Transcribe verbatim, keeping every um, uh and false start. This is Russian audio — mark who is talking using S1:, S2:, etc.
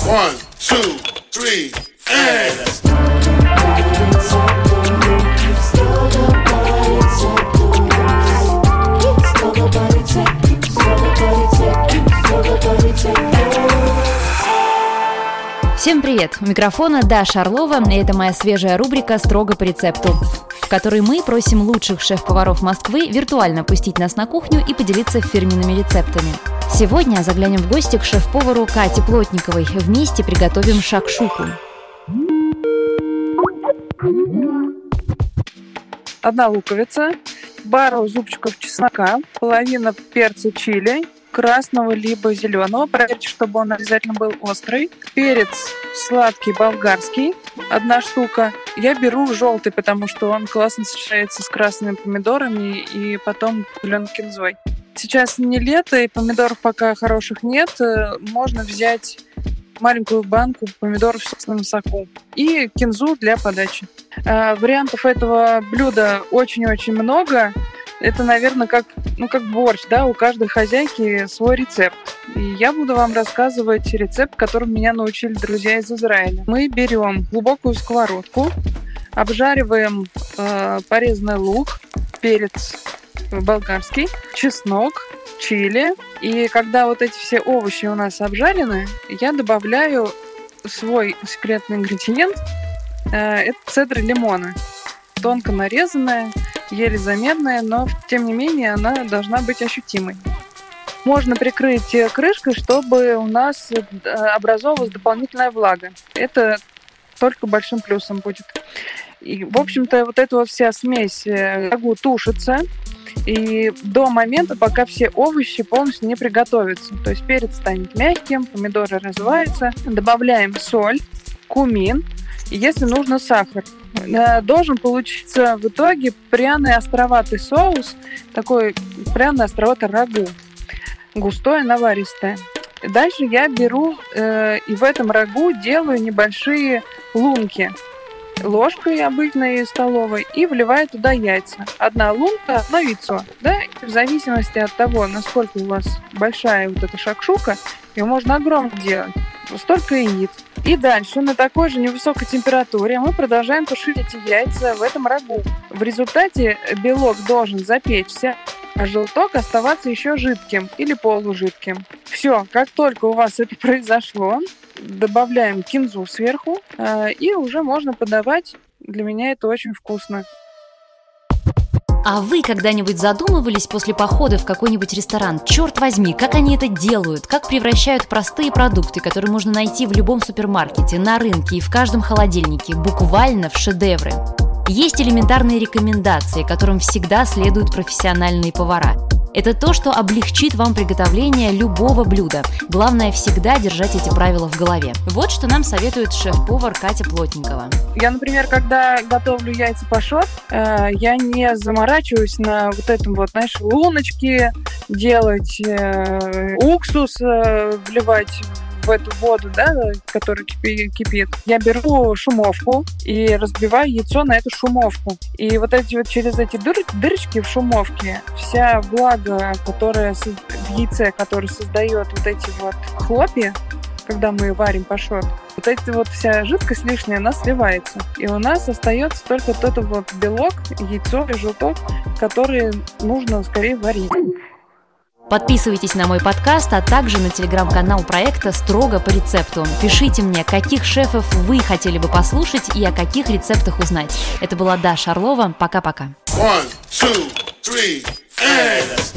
S1: One, two, three, and...
S2: Всем привет! У микрофона Даша Орлова, и это моя свежая рубрика «Строго по рецепту», в которой мы просим лучших шеф-поваров Москвы виртуально пустить нас на кухню и поделиться фирменными рецептами. Сегодня заглянем в гости к шеф-повару Кате Плотниковой. Вместе приготовим шакшуку.
S3: Одна луковица, пару зубчиков чеснока, половина перца чили, красного либо зеленого. Проверьте, чтобы он обязательно был острый. Перец сладкий болгарский, одна штука. Я беру желтый, потому что он классно сочетается с красными помидорами и потом зеленой кинзой. Сейчас не лето, и помидоров пока хороших нет. Можно взять маленькую банку помидоров в собственном соку и кинзу для подачи. Вариантов этого блюда очень-очень много. Это, наверное, как, ну, как борщ, да, у каждой хозяйки свой рецепт. И я буду вам рассказывать рецепт, которым меня научили друзья из Израиля. Мы берем глубокую сковородку, обжариваем э, порезанный лук, перец болгарский, чеснок, чили. И когда вот эти все овощи у нас обжарены, я добавляю свой секретный ингредиент. Э, это цедра лимона, тонко нарезанная, еле заметная, но тем не менее она должна быть ощутимой. Можно прикрыть крышкой, чтобы у нас образовалась дополнительная влага. Это только большим плюсом будет. И, в общем-то, вот эта вот вся смесь рагу тушится, и до момента, пока все овощи полностью не приготовятся. То есть перец станет мягким, помидоры развиваются. Добавляем соль, кумин и, если нужно, сахар. Должен получиться в итоге пряный островатый соус, такой пряный островатый рагу, густое, наваристое. Дальше я беру э, и в этом рагу делаю небольшие лунки ложкой обычной столовой и вливаю туда яйца. Одна лунка, одно яйцо. Да? В зависимости от того, насколько у вас большая вот эта шакшука, ее можно огромно делать. Столько яиц. И дальше на такой же невысокой температуре мы продолжаем тушить эти яйца в этом рагу. В результате белок должен запечься, а желток оставаться еще жидким или полужидким. Все, как только у вас это произошло, добавляем кинзу сверху, и уже можно подавать. Для меня это очень вкусно.
S2: А вы когда-нибудь задумывались после похода в какой-нибудь ресторан? Черт возьми, как они это делают? Как превращают простые продукты, которые можно найти в любом супермаркете, на рынке и в каждом холодильнике, буквально в шедевры? Есть элементарные рекомендации, которым всегда следуют профессиональные повара. Это то, что облегчит вам приготовление любого блюда. Главное всегда держать эти правила в голове. Вот что нам советует шеф-повар Катя Плотникова.
S3: Я, например, когда готовлю яйца пашот, э, я не заморачиваюсь на вот этом вот, знаешь, луночки делать, э, уксус э, вливать в эту воду, да, которая кипит. Я беру шумовку и разбиваю яйцо на эту шумовку. И вот эти вот через эти дыр, дырочки в шумовке вся влага, которая в яйце, которая создает вот эти вот хлопья, когда мы варим пашот, вот эта вот вся жидкость лишняя, она сливается. И у нас остается только вот этот вот белок, яйцо и желток, которые нужно скорее варить.
S2: Подписывайтесь на мой подкаст, а также на телеграм-канал проекта «Строго по рецепту». Пишите мне, каких шефов вы хотели бы послушать и о каких рецептах узнать. Это была Даша Орлова. Пока-пока.
S1: One, two, three, and...